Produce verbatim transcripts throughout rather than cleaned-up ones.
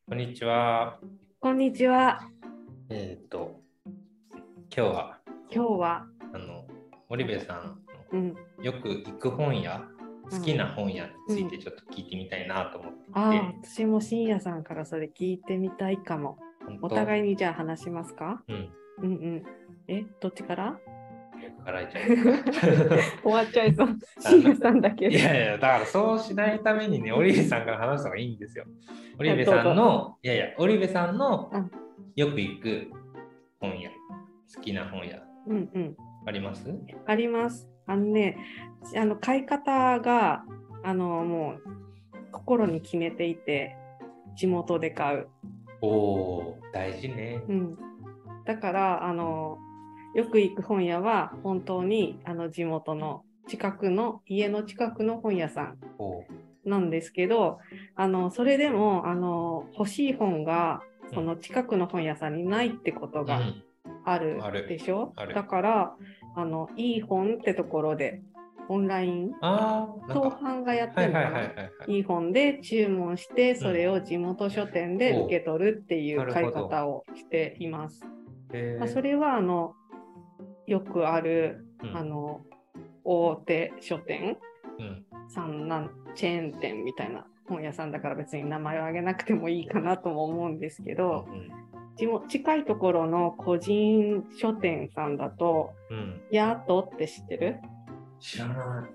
こんにちは。 こんにちは。 えっ、と、今日は、 今日は、 あの、森部さんうん、 のよく行く本屋、 うん好きな本屋についてうんちょっと聞いてみたいなと思っていああ、 て、 私も深夜さんからそれ聞いてみたいかも。お本当、 互いにじゃあ話しますか？ うん、 うんうん。え、どっちから僕から言っちゃいますか。 終わっちゃいそう。 あの深夜さんだけ。 いやいや、だからそうしないためにね、織部さんから話した方がいいんですよ。織部さんどうぞ。 の、いやいや、織部さんのうんよく行く本屋、好きな本屋、 うんうん。 あります？ あります。あのね、あの買い方が、あの、もう心に決めていて、地元で買う。 おおー、大事ね。 うん。だからあのよく行く本屋は本当にあの地元の近くの家の近くの本屋さんおなんですけど、あのそれでもあの欲しい本がその近くの本屋さんにないってことがうん、 あるある、 でしょ。 ある。 だからあのいい本ってところでオンラインああ、なん当か、 販がやってはいはいるのかな。 はいはいはい。 いい本で注文してうん。 それを地元書店でおう、 受け取るっていなう買いるほど。 方をしています。まあ、そへれはあのよくあるえ、うん、 あの大手書店うん、 さんなんチェーン店みたいな本屋さんだから別に名前を挙げなくてもいいかなとも思うんですけど、地元近いところの個人書店さんだとうん、うん。 ヤートって知ってる？ 知らない。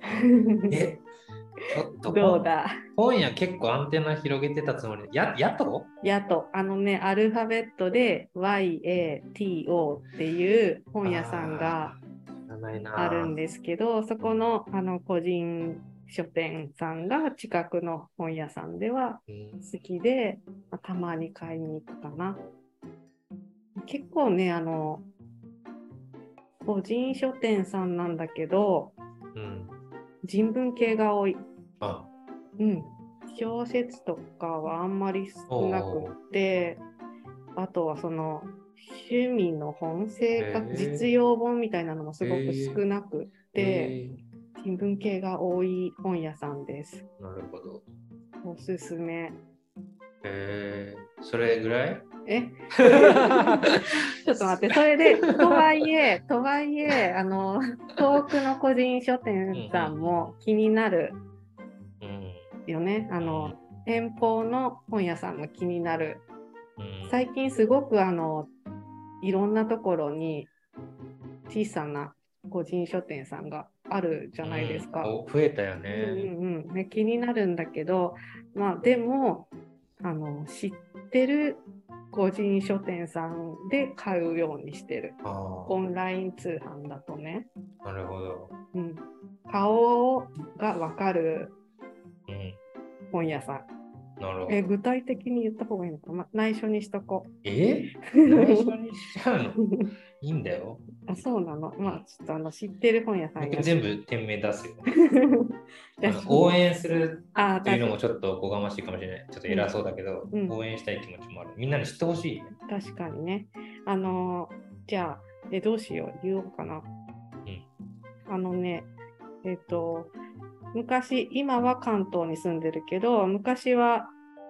え、ちょっと本、 どうだ？ 本屋結構アンテナ広げてたつもりで、や、やとヤート、あのね、アルファベットで ワイエーティーオー っていう本屋さんがああー、知らないあるんな。 ですけど、そこのあの個人書店さんが近くの本屋さんではうん、 好きで、まあ、たまに買いに行くかな。結構ね、あの個人書店さんなんだけど、 うん。 人文系が多い。 あ、 うん。小説とかはあんまりお少なくっお、 て、あとはその趣味の本、生活、 へ実用本みたいなのもすえ、 ごくへ少なくっえ、 て、 へえ、 新聞系が多い本屋さんです。 なるほど。 おすすめ。 へえ、それぐらい？ えちょっと待って、それで、とはいえ、とはいえ、あの、遠くの個人書店さんも気になるうん、うん、 よね。あうん、 の、遠方の本屋さんも気になる。 うん、 最近すごくあの、いろんなところに小さな個人書店さんがあるじゃないですか。 うん、お、増えたようんね。 うんうん、ね、気になるんだけど、まあでもあの知ってる個人書店さんで買うようにしてる。 あオンライン通販だとね、 あ、なるほど。 うん、顔がわかるうん、 本屋さん。 なるほど。 え具体的に言った方がいいのか、ま、内緒にしとこえう。 内緒にしちゃうの？いいんだよ。 あ、そうなの。まあうん。 ちょっとあの知ってる本屋さんや。 僕全部店名出すよ。 じゃああの応援するあ、 っていうの確かもちょっとおこがましいかもしれない。ちょっと偉そうだけど、 うん、 応援したい気持ちもある。みんなに知ってほしいね。 確かにね。あのじゃあえどうしよう言おうかな。 うん。 あのね、えっと、昔、今は関東に住んでるけど、昔は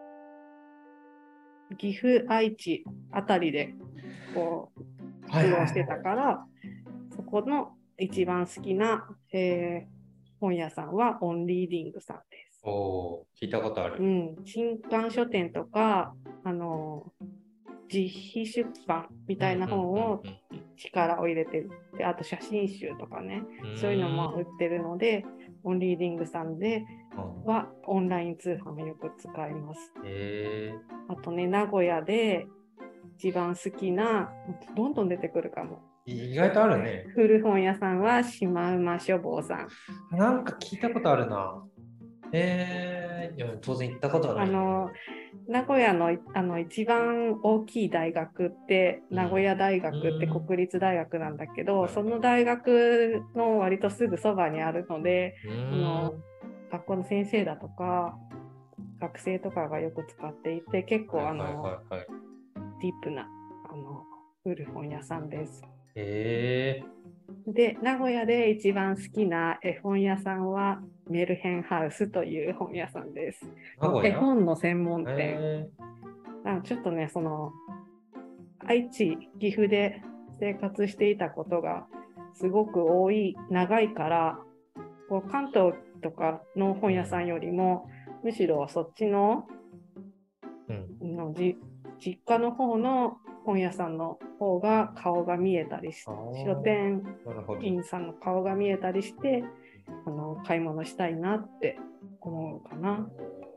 岐阜、愛知あたりでこうはいはい活動してたはい。 から、そこの一番好きな、えー本屋さんはオンリーディングさんです。 おお、聞いたことある。 うん、新刊書店とか、あの自費出版みうんうたいな本をん力を入れてる。で、あと写真集とかね、 うんうん。 そういうのも売うってるので、オンリーディングさんでーん。 はオンライン通販をよく使います。 へえ。 あとね、名古屋で一番好きな、どんどん出てくるかも。 意外とあるね。 古本屋さんはシマウマ書房さん。 なんか聞いたことあるな。へえ。いや当然行ったことはないんだけど。 あの名古屋の、あの一番大きい大学ってうん名古屋大学ってうん国立大学なんだけど、 はいはいその大学の割とすぐそばにあるので、 うあーん。 の学校の先生だとか学生とかがよく使っていて、結構あの、 はいはいはいはい。 ディープなあの古本屋さんです。 へえ。 で、名古屋で一番好きな絵本屋さんはメルヘンハウスという本屋さんです。絵名古屋？ 本の専門店。 へえ。 あちょっとね、その愛知、岐阜で生活していたことがすごく多い、長いから、こう関東とかの本屋さんよりも、むしろそっちの、うん、のじ実家の方の本屋さんの方が顔が見えたりし、書店員さんの顔が見えたりして、あの買い物したいなって思うかな。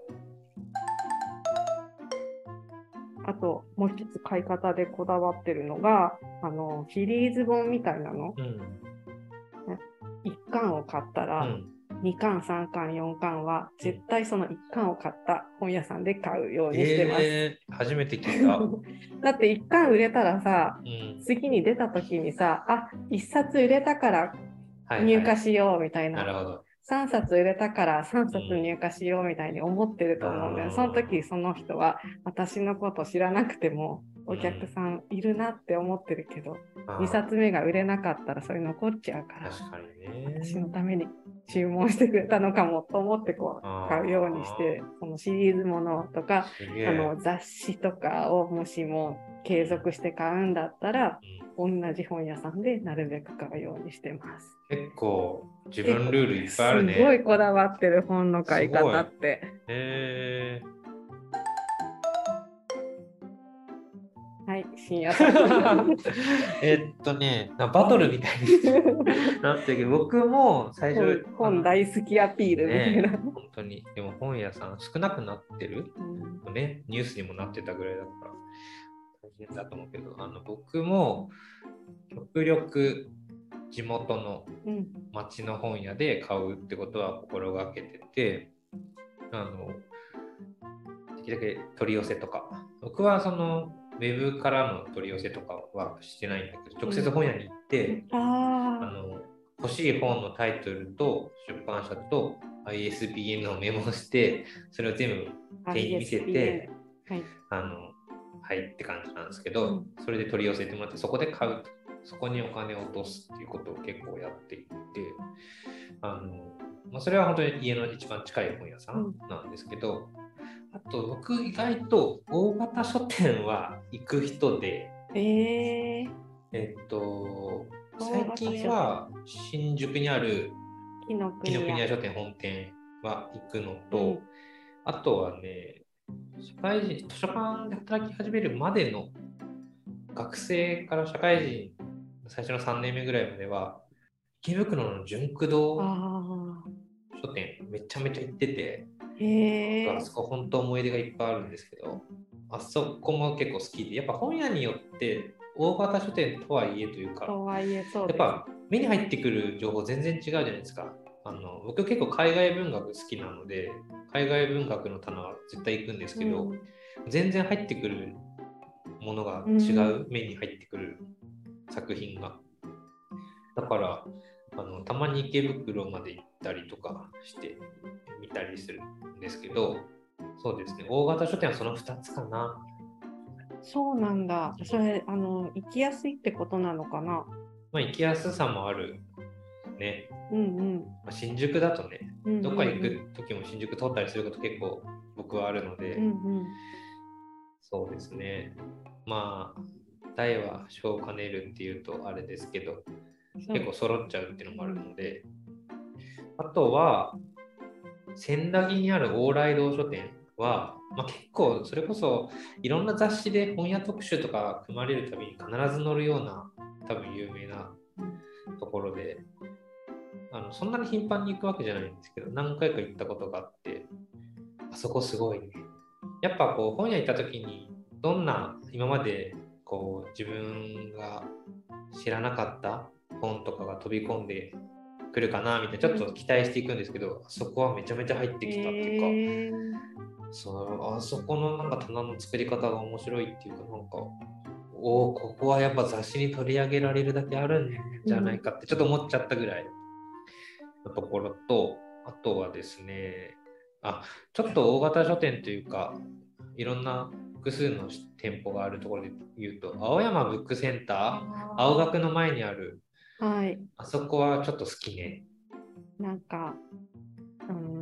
あともう一つ買い方でこだわってるのが、あのシリーズ本みたいなの、うん、いっかんを買ったら、うん、にかん、さんかん、よんかんは絶対そのいっかんを買った本屋さんで買うようにしてます。 えー、初めて聞いた。 だっていっかん売れたらさ、うん、次に出た時にさ、あ、いっさつ売れたから入荷しようみたいな。はいはい、なるほど。さんさつ売れたからさんさつ入荷しようみたいに思ってると思うんだよ、うん、その時その人は私のこと知らなくてもお客さんいるなって思ってるけど、うん、にさつめが売れなかったらそれ残っちゃうから、確かにね、私のために注文してくれたのかもと思ってこう買うようにして、そのシリーズものとかあの雑誌とかをもしも継続して買うんだったら、同じ本屋さんでなるべく買うようにしてます。 結構自分ルールいっぱいあるね。 すごいこだわってる本の買い方って。 へー。 はい、深夜さん。 えっとね、バトルみたいになってるけど、僕も最初本、本大好きアピールみたいな、 ね。本当に。でも本屋さん少なくなってる、うん、ね、ニュースにもなってたぐらいだから大変だと思うけど、あの僕も極力地元の町の本屋で買うってことは心がけてて、あのできるだけ取り寄せとか、僕はそのウェブからの取り寄せとかはしてないんだけど、直接本屋に行って、うん、ああの欲しい本のタイトルと出版社と アイエスビーエヌ をメモして、それを全部店員に見せて、はい、あのはいって感じなんですけど、うん、それで取り寄せてもらって、そこで買う、そこにお金を落とすっていうことを結構やっていて、あの、まあ、それは本当に家の一番近い本屋さんなんですけど、うん、あと僕意外と大型書店は行く人で、えー、えっと最近は新宿にある紀ノ国屋書店本店は行くのと、うん、あとはね、社会人図書館で働き始めるまでの学生から社会人最初のさんねんめぐらいまでは池袋の純駆動書店めちゃめちゃ行ってて、へー、あそこ本当思い出がいっぱいあるんですけど、あそこも結構好きで、やっぱ本屋によって大型書店とはいえというか、とはいえそうです、やっぱ目に入ってくる情報全然違うじゃないですか。あの僕結構海外文学好きなので、海外文学の棚は絶対行くんですけど、うん、全然入ってくるものが違う、うん、目に入ってくる作品が。だからあのたまに池袋まで行ったりとかして見たりするんですけど、そうですね、大型書店はそのふたつかな。 そうなんだ。それあの行きやすいってことなのかな。 まあ、行きやすさもあるね。うんうん。まあ、新宿だとね、うんうんうん、どっか行く時も新宿通ったりすること結構僕はあるので、うんうん、そうですね。まあ大は小を兼ねるっていうとあれですけど、結構揃っちゃうっていうのもあるので、あとは千駄木にある往来堂書店は、まあ、結構それこそいろんな雑誌で本屋特集とか組まれるたびに必ず載るような多分有名なところで、あのそんなに頻繁に行くわけじゃないんですけど、何回か行ったことがあって、あそこすごいね。やっぱこう本屋行った時にどんな今までこう自分が知らなかった本とかが飛び込んでくるかなみたいなちょっと期待していくんですけど、あそこはめちゃめちゃ入ってきたっていうか、そうあそこのなんか棚の作り方が面白いっていうか、なんかおここはやっぱ雑誌に取り上げられるだけあるんじゃないかってちょっと思っちゃったぐらいのところと、あとはですね、あちょっと大型書店というかいろんな複数の店舗があるところで言うと、青山ブックセンター、青学の前にある、はい、あそこはちょっと好きね。 なんか、うん、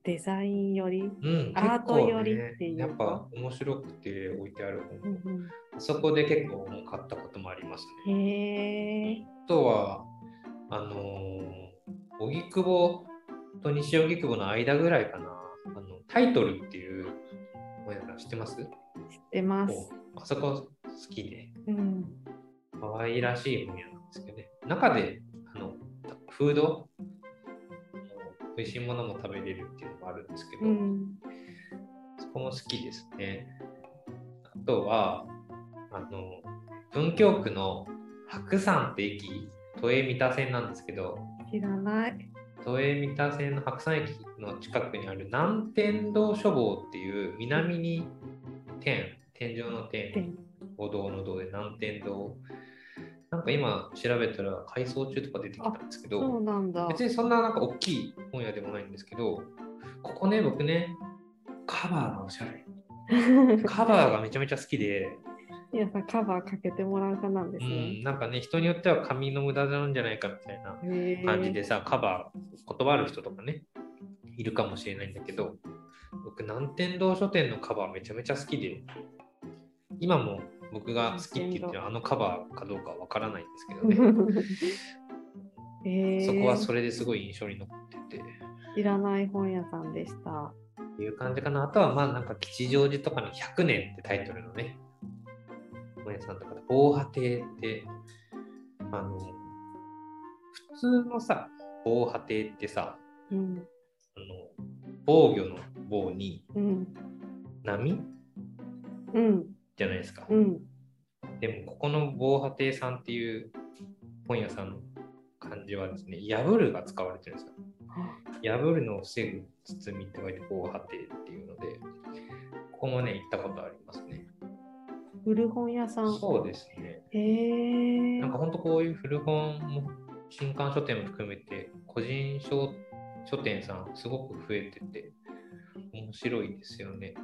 デザインより、 うん、 アートよりっていうか、 ね、やっぱ面白くて置いてある本、 うんうん、 そこで結構買ったこともありますね。 へえ。 あとはあの荻窪と西荻窪の間ぐらいかな、あのタイトルっていう本屋さん知ってます？知ってます。 あそこ好きで、 うん、 可愛らしい本屋なんですけどね。中であのフード、美味しいものも食べれるっていうのもあるんですけど、うん、そこも好きですね。あとはあの文京区の白山って駅、都営三田線なんですけど、 知らない。 都営三田線の白山駅の近くにある南天堂書房っていう南に天、天井の天、歩道の道で南天堂。なんか今調べたら改装中とか出てきたんですけど、 そうなんだ。 別にそんななんか大きい本屋でもないんですけど、ここね、僕ね、カバーがおしゃれ。カバーがめちゃめちゃ好きで、 皆さんカバーかけてもらうかなんですね。 うん、なんかね、人によっては紙の無駄なんじゃないかみたいな感じでさ、カバー断る人とかね、いるかもしれないんだけど、僕、南天堂書店のカバーめちゃめちゃ好きで、今も僕が好きって言ってるあのカバーかどうかわからないんですけどね。えー、そこはそれですごい印象に残ってて。 いらない本屋さんでした。 っていう感じかな。あとはまあなんか吉祥寺とかのひゃくねんってタイトルのね、本屋さんとかで、防波堤って、あの、普通のさ、防波堤ってさ、うん、あの防御の防に、うん、波、うん、じゃないですか。うん、でもここの防波堤さんっていう本屋さんの漢字はですね、破るが使われてるんですよ。破るのを防ぐ包みって書いて防波堤っていうので、ここもね、行ったことありますね。 古本屋さん。 そうですね。 へー。 なんか本当こういう古本も新刊書店も含めて個人 書, 書店さんすごく増えてて面白いですよね。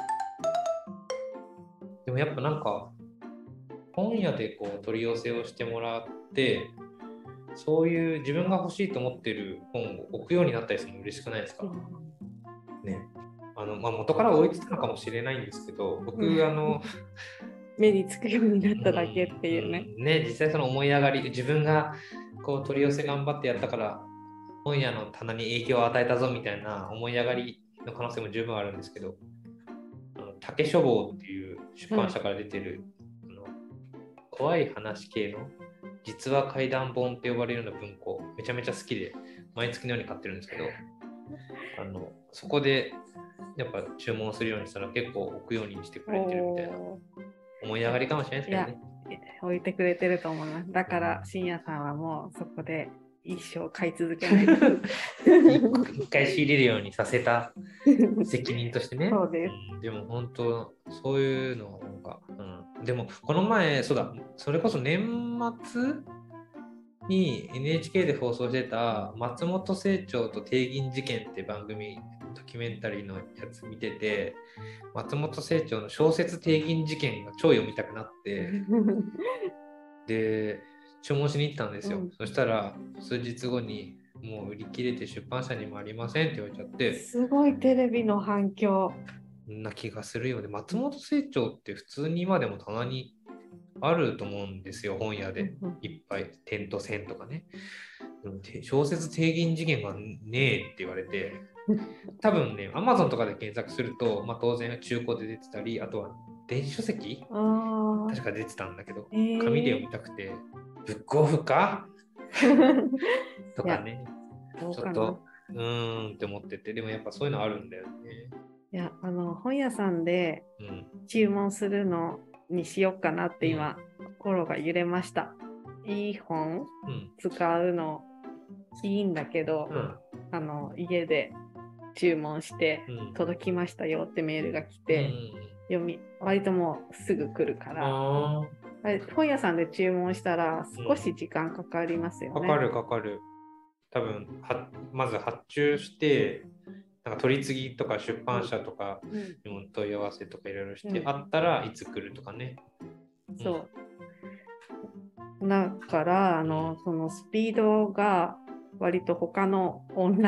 でもやっぱなんか本屋でこう取り寄せをしてもらってそういう自分が欲しいと思ってる本を置くようになったりするの嬉しくないですか？ね。あのまあ、元から置いてたのかもしれないんですけど、僕、うん、あの目につくようになっただけっていうね。 うん、ね、実際その思い上がり、自分がこう取り寄せ頑張ってやったから本屋の棚に影響を与えたぞみたいな思い上がりの可能性も十分あるんですけど、あの竹書房っていう出版社から出てる、うん、あの怖い話系の実話怪談本って呼ばれるような文庫めちゃめちゃ好きで毎月のように買ってるんですけど、あのそこでやっぱ注文するようにしたら結構置くようにしてくれてるみたいな思い上がりかもしれないですけどね。 いや、置いてくれてると思います。だから深夜さんはもうそこで一生買い続けない一回仕入れるようにさせた責任としてね。 そうです、 うん、でも本当そういうのが、うん、でもこの前そうだそれこそ年末に エヌエイチケー で放送してた松本清張と帝銀事件って番組ドキュメンタリーのやつ見てて、松本清張の小説帝銀事件が超読みたくなってで注文しに行ったんですよ、うん、そしたら数日後にもう売り切れて出版社にもありませんって言われちゃって、 すごいテレビの反響な気がするよね。松本清張って普通に今でも棚にあると思うんですよ、本屋でいっぱい点と線とかね。でも小説帝銀事件がねえって言われて、多分ね Amazon とかで検索すると、まあ、当然中古で出てたり、あとは電子書籍確か出てたんだけど、えー、紙で読みたくてブックオフかとかね、ちょっとうーんって思ってて、でもやっぱそういうのあるんだよね。 いや、あの本屋さんで注文するのにしようかなって今、うん、心が揺れました。いい本、うん、使うのいいんだけど、うん、あの家で注文して届きましたよってメールが来て、うん、読み割ともうすぐ来るから、本屋さんで注文したら少し時間かかりますよね。 かかるかかる。多分はまず発注してなんか取り次ぎとか出版社とかにも問い合わせとかいろいろして、うん、あったらいつ来るとかね。 そう。だからあのそのスピードが割と他のオンライン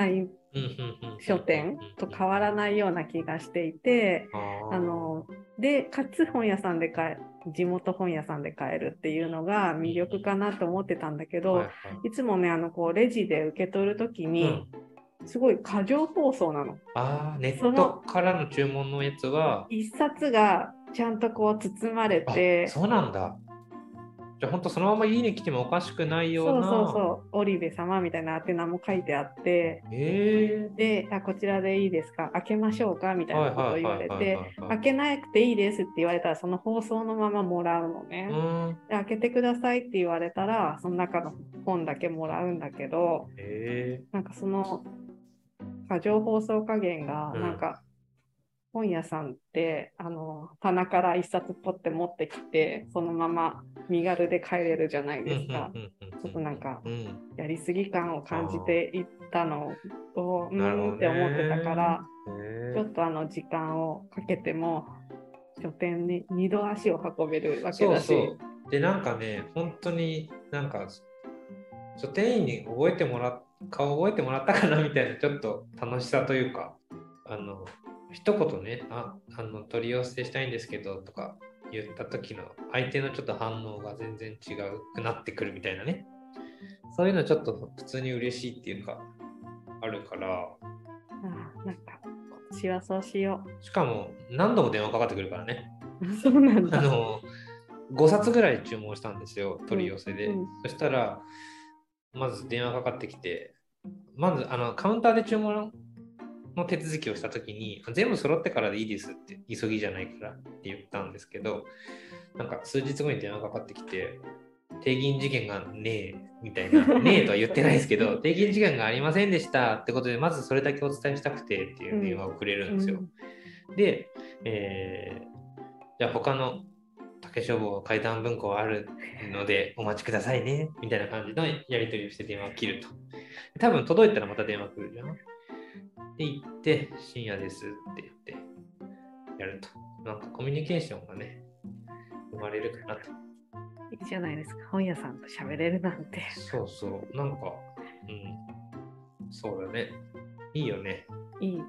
書店と変わらないような気がしていて、あのでかつ本屋さんで買え地元本屋さんで買えるっていうのが魅力かなと思ってたんだけど、はいはい、いつもねあのこうレジで受け取るときに、うん、すごい過剰包装なの。 あネットからの注文のやつは一冊がちゃんとこう包まれて、 そうなんだ。じゃあ本当そのまま家に来てもおかしくないような。 そうそうそう、織部様みたいな宛名も書いてあって、 えー、 であこちらでいいですか、開けましょうかみたいなことを言われて、開けなくていいですって言われたらその包装のままもらうのね。で開けてくださいって言われたらその中の本だけもらうんだけど、 えー、 なんかその過剰包装加減がなんか、うん本屋さんってあの棚から一冊ポッて持ってきてそのまま身軽で帰れるじゃないですか。ちょっとなんかやりすぎ感を感じていったのをうーんって思ってたから、ちょっとあの時間をかけても書店に二度足を運べるわけだし。 そうそうでなんかね本当になんか書店員に覚えてもらっ顔覚えてもらったかなみたいなちょっと楽しさというかあの一言ねああの取り寄せしたいんですけどとか言った時の相手のちょっと反応が全然違うくなってくるみたいなね、そういうのちょっと普通に嬉しいっていうかあるから、あなんか今年はそうしよう。しかも何度も電話かかってくるからね。 そうなんだ。 あのごさつぐらい注文したんですよ取り寄せで、うんうん、そしたらまず電話かかってきて、まずあのカウンターで注文の手続きをしたときに全部揃ってからでいいですって急ぎじゃないからって言ったんですけど、なんか数日後に電話かかってきて定銀事件がねえみたいなねえとは言ってないですけど定銀事件がありませんでしたってことでまずそれだけお伝えしたくてっていう電話をくれるんですよ、うん、で、えー、じゃあ他の竹書房階段文庫あるのでお待ちくださいねみたいな感じのやり取りをして電話を切ると、多分届いたらまた電話来るじゃんって言って深夜ですって言ってやると、なんかコミュニケーションがね生まれるかなと。 いいじゃないですか、本屋さんと喋れるなんて。 そうそうなんかうんそうだね、いいよね。 いい。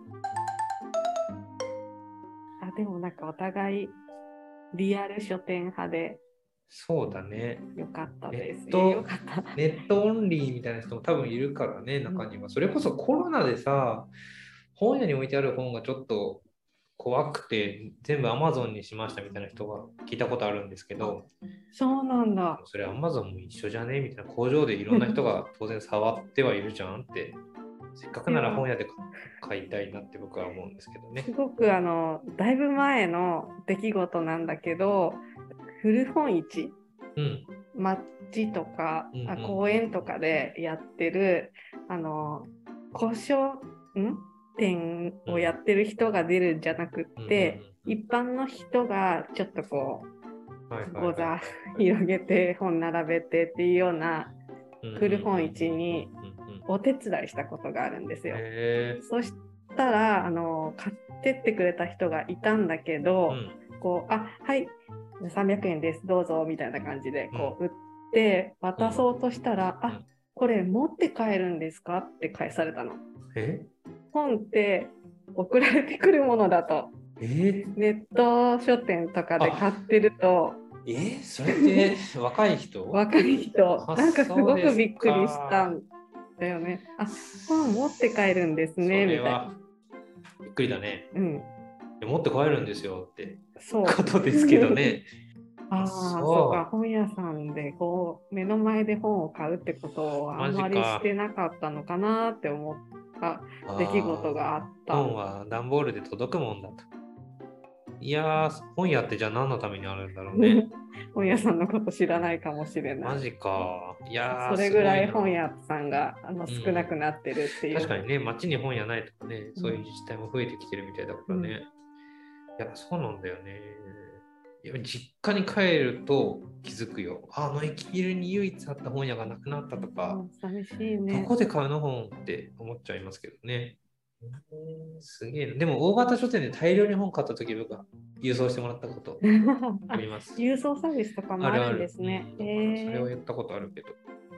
あでもなんかお互いリアル書店派で。 そうだね。 よかったです。 ネット、よかったネットオンリーみたいな人も多分いるからね、中には。それこそコロナでさ、本屋に置いてある本がちょっと怖くて、全部 Amazon にしましたみたいな人が聞いたことあるんですけど、 そうなんだ。 それ Amazon も一緒じゃねみたいな、工場でいろんな人が当然触ってはいるじゃんって。せっかくなら本屋で買いたいなって僕は思うんですけどね。 すごくあのだいぶ前の出来事なんだけど、古本市、うん、町とか、うんうん、あ公園とかでやってるあの古書ん店をやってる人が出るんじゃなくって、うんうんうん、一般の人がちょっとこう講座広げて本並べてっていうような古本市にお手伝いしたことがあるんですよ。そしたらあの買ってってくれた人がいたんだけど、うん、こうあはいさんびゃくえんですどうぞみたいな感じでこう売って渡そうとしたら、うん、あこれ持って帰るんですかって返されたの。 え本って送られてくるものだと。 えネット書店とかで買ってると。 えそれって若い人若い人なんかすごくびっくりしたんだよね。あ本持って帰るんですねみたいな。 びっくりだね。 うん。 持って帰るんですよってことですけどね。 ああ、そうか、本屋さんでこう目の前で本を買うってことをあんまりしてなかったのかなって思った出来事があった。 本は段ボールで届くもんだと。いやー、本屋ってじゃあ何のためにあるんだろうね。 本屋さんのこと知らないかもしれない。 マジか。いやーそれぐらい本屋さんがあの少なくなってるっていう、 うん。確かにね、街に本屋ないとかね、そういう自治体も増えてきてるみたいだからね。うん、いや、そうなんだよね。いや実家に帰ると気づくよ。あの駅ビルに唯一あった本屋がなくなったとか、 うん、寂しいね。 どこで買うの本って思っちゃいますけどね。すげえな。でも大型書店で大量に本買った時僕は郵送してもらったことあります。 郵送サービスとかもあるんですね。 あるある、うん、それをやったことあるけど。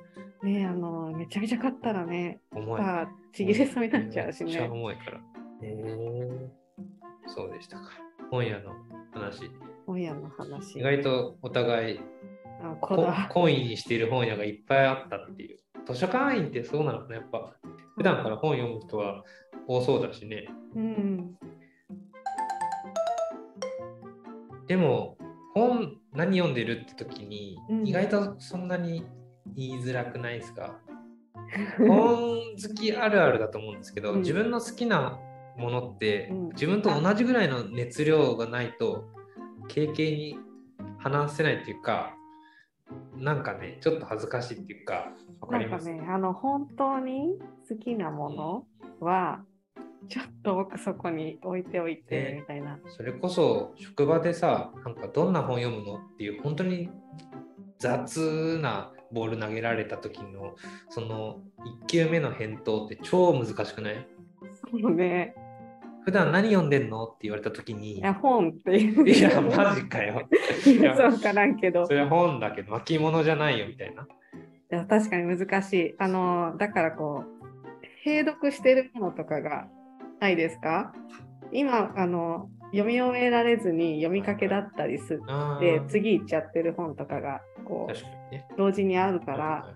ね、あのめちゃめちゃ買ったらね、 重い。 あちぎれそうになっちゃうしね。めっちゃ重いから。へえ、そうでしたか。本屋の話。 本屋の話。 意外とお互いあこだ懇意にしている本屋がいっぱいあったっていう。図書館員ってそうなのかな、やっぱ。普段から本読む人は多そうだしね。 うん。 でも、本何読んでるって時に、 うん、 意外とそんなに言いづらくないですか？本好きあるあるだと思うんですけど、うん、自分の好きなものって、うん、自分と同じぐらいの熱量がないと軽々に話せないっていうか、なんかねちょっと恥ずかしいっていうか、わかります？ なんかね、あの本当に好きなものは、うん、ちょっと奥底に置いておいてみたいな、 ね、それこそ職場でさ、なんかどんな本読むのっていう本当に雑なボール投げられた時のそのいっ球目の返答って超難しくない？ そうね。 普段何読んでんのって言われた時に、 いや本っていう。 いやマジかよ。 いやそうからんけど。 それは本だけど巻物じゃないよみたいな。いや確かに難しい。あのだからこう併読してるものとかがないですか？今あの読み終えられずに読みかけだったりすって次行っちゃってる本とかがこう確かに、ね、同時にあるから、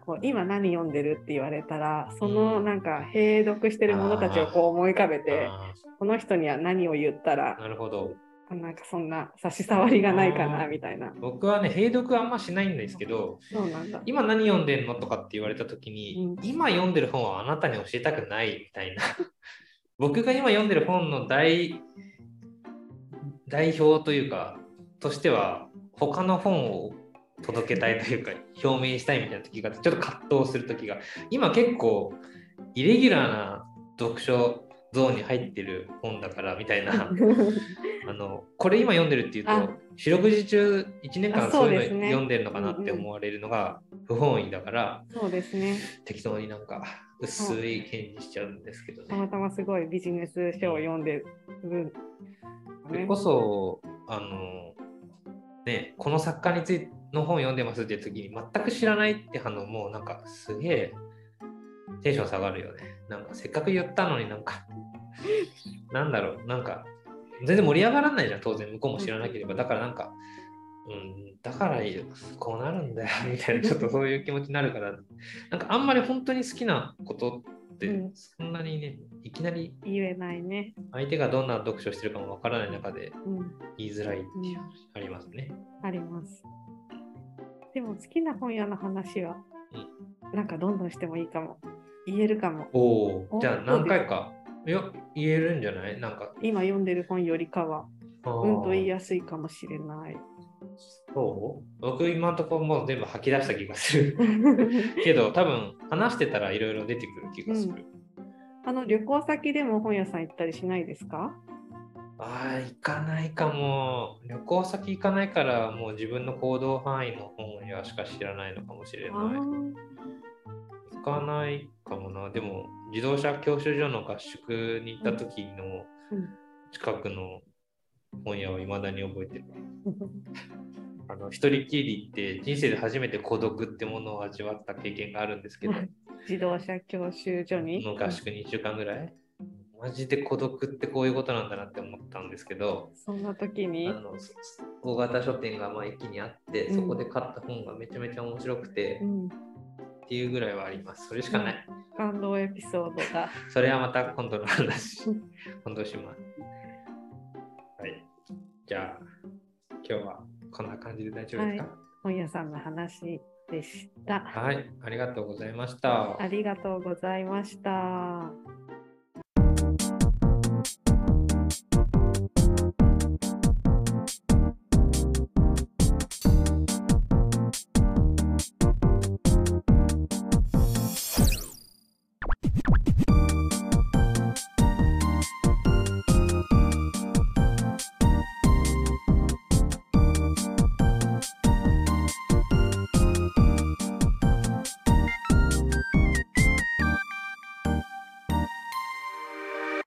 こう今何読んでるって言われたら、そのなんか併読してるものたちをこう思い浮かべて、この人には何を言ったら、 なるほど、 なんかそんな差し障りがないかなみたいな。 僕はね併読あんましないんですけど、 そうなんだ。 今何読んでんのとかって言われた時に、うん、今読んでる本はあなたに教えたくないみたいな僕が今読んでる本の代代表というかとしては他の本を届けたいというか表明したいみたいな時がちょっと葛藤する時が、今結構イレギュラーな読書ゾーンに入ってる本だからみたいなあのこれ今読んでるっていうと四六時中いちねんかんそういうの読んでるのかなって思われるのが不本意だから、 そうですね、 適当になんか薄い返事しちゃうんですけどね。 たまたますごいビジネス書を読んでる、ね、 それこそあのね、この作家についての本読んでますっていう時に全く知らないって反応もなんかすげえテンション下がるよね。なんかせっかく言ったのになんかなんだろう、なんか全然盛り上がらないじゃん、当然向こうも知らなければ。だからなんか、うん、だからいいよ、こうなるんだよみたいな、ちょっとそういう気持ちになるから、なんかあんまり本当に好きなことってそんなにね、うん、いきなり言えないね。 相手がどんな読書してるかもわからない中で言いづらいっていうありますね、 うんうん、あります。でも好きな本屋の話は、うん、なんかどんどんしてもいいかも。言えるかも。 おお、じゃあ何回か。いや、言えるんじゃない？なんか今読んでる本よりかはうんと言いやすいかもしれない。 そう？僕今のところもう全部吐き出した気がするけど多分話してたらいろいろ出てくる気がする、うん、 あの旅行先でも本屋さん行ったりしないですか？ ああ、行かないかも。旅行先行かないからもう自分の行動範囲の本屋しか知らないのかもしれない。行かないかもな。でも自動車教習所の合宿に行った時の近くの本屋を未だに覚えてるあの一人きり行って人生で初めて孤独ってものを味わった経験があるんですけど自動車教習所にの合宿にいっしゅうかんぐらいマジで孤独ってこういうことなんだなって思ったんですけど、 そんな時にあの大型書店がまあ駅にあって、うん、そこで買った本がめちゃめちゃ面白くて、うん、っていうぐらいはあります。それしかない、 うん、感動エピソードだそれはまた今度の話今度します。はい、じゃあ今日はこんな感じで大丈夫ですか？はい、 本屋さんの話でした。 はい、ありがとうございました。 ありがとうございました。